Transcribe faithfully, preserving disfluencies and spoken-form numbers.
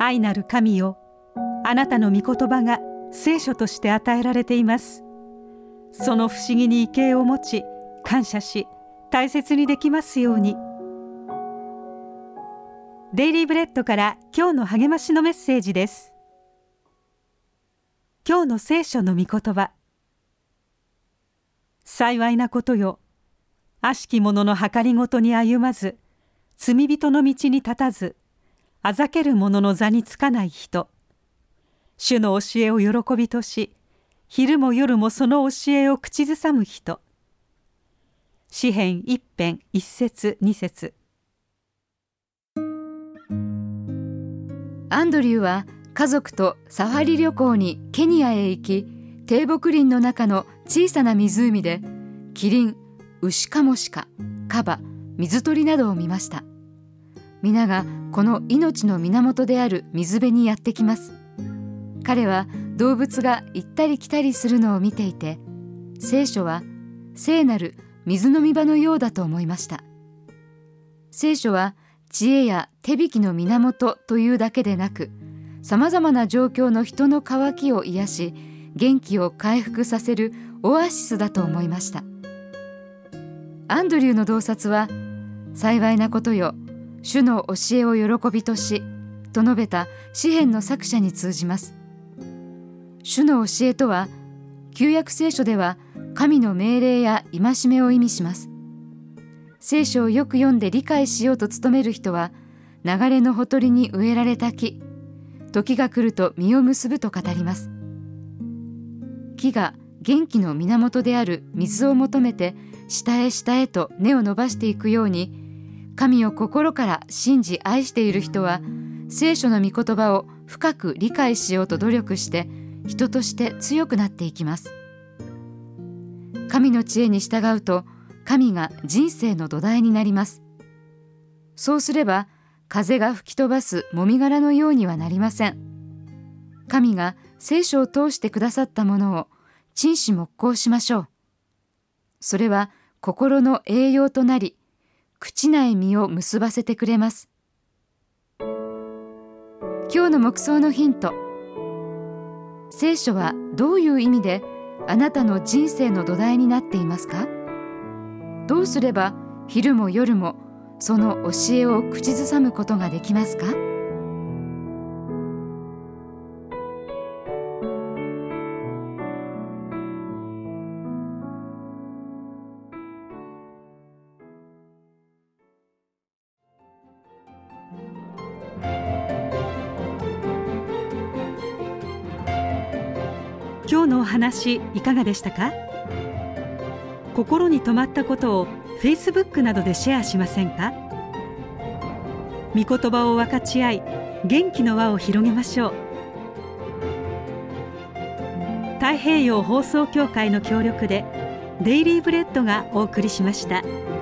愛なる神よ、あなたの御言葉が聖書として与えられています。その不思議に畏敬を持ち、感謝し、大切にできますように。デイリーブレッドから今日の励ましのメッセージです。今日の聖書の御言葉。幸いなことよ、悪しき者の計りごとに歩まず、罪人の道に立たず、あざける者の座につかない人。主の教えを喜びとし、昼も夜もその教えを口ずさむ人。詩編一編一節二節。 アンドリューは家族とサファリ旅行にケニアへ行き、低木林の中の小さな湖でキリン、ウシカモシカ、カバ、水鳥などを見ました。皆がこの命の源である水辺にやってきます。彼は動物が行ったり来たりするのを見ていて、聖書は聖なる水飲み場のようだと思いました。聖書は知恵や手引きの源というだけでなく、さまざまな状況の人の渇きを癒し、元気を回復させるオアシスだと思いました。アンドリューの洞察は、幸いなことよ、主の教えを喜びとし、と述べた詩編の作者に通じます。主の教えとは、旧約聖書では神の命令や戒めを意味します。聖書をよく読んで理解しようと努める人は、流れのほとりに植えられた木、時が来ると実を結ぶと語ります。木が元気の源である水を求めて下へ下へと根を伸ばしていくように、神を心から信じ愛している人は、聖書の御言葉を深く理解しようと努力して人として強くなっていきます。神の知恵に従うと、神が人生の土台になります。そうすれば、風が吹き飛ばすもみ殻のようにはなりません。神が聖書を通してくださったものを珍視黙行しましょう。それは心の栄養となり、朽ちない実を結ばせてくれます。今日の黙想のヒント。聖書はどういう意味であなたの人生の土台になっていますか？どうすれば昼も夜もその教えを口ずさむことができますか？ 今日のお話いかがでしたか？心に留まったことを Facebook などでシェアしませんか？御言葉を分かち合い、元気の輪を広げましょう。太平洋放送協会の協力でデイリーブレッドがお送りしました。